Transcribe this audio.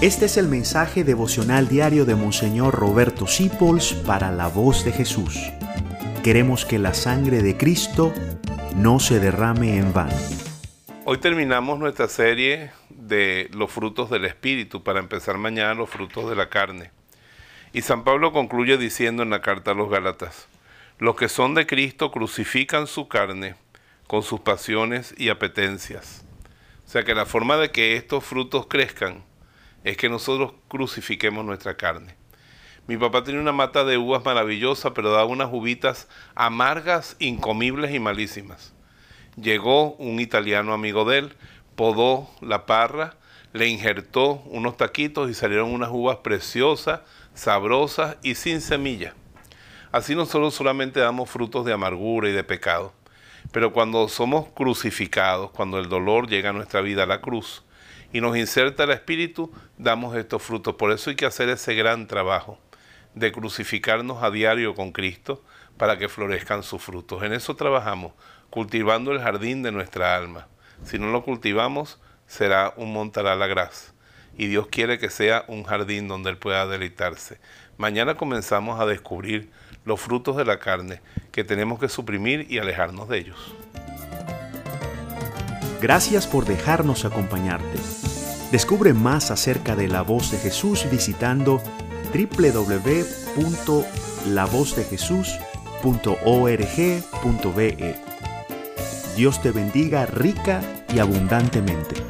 Este es el mensaje devocional diario de Monseñor Roberto Sipols para la Voz de Jesús. Queremos que la sangre de Cristo no se derrame en vano. Hoy terminamos nuestra serie de los frutos del Espíritu para empezar mañana los frutos de la carne. Y San Pablo concluye diciendo en la carta a los Gálatas: los que son de Cristo crucifican su carne con sus pasiones y apetencias. O sea que la forma de que estos frutos crezcan es que nosotros crucifiquemos nuestra carne. Mi papá tenía una mata de uvas maravillosa, pero daba unas uvitas amargas, incomibles y malísimas. Llegó un italiano amigo de él, podó la parra, le injertó unos taquitos y salieron unas uvas preciosas, sabrosas y sin semilla. Así nosotros solamente damos frutos de amargura y de pecado. Pero cuando somos crucificados, cuando el dolor llega a nuestra vida a la cruz y nos inserta el Espíritu, damos estos frutos. Por eso hay que hacer ese gran trabajo de crucificarnos a diario con Cristo para que florezcan sus frutos. En eso trabajamos, cultivando el jardín de nuestra alma. Si no lo cultivamos, será un montaral a gras. Y Dios quiere que sea un jardín donde Él pueda deleitarse. Mañana comenzamos a descubrir los frutos de la carne que tenemos que suprimir y alejarnos de ellos. Gracias por dejarnos acompañarte. Descubre más acerca de la Voz de Jesús visitando www.lavozdejesús.org.be. Dios te bendiga rica y abundantemente.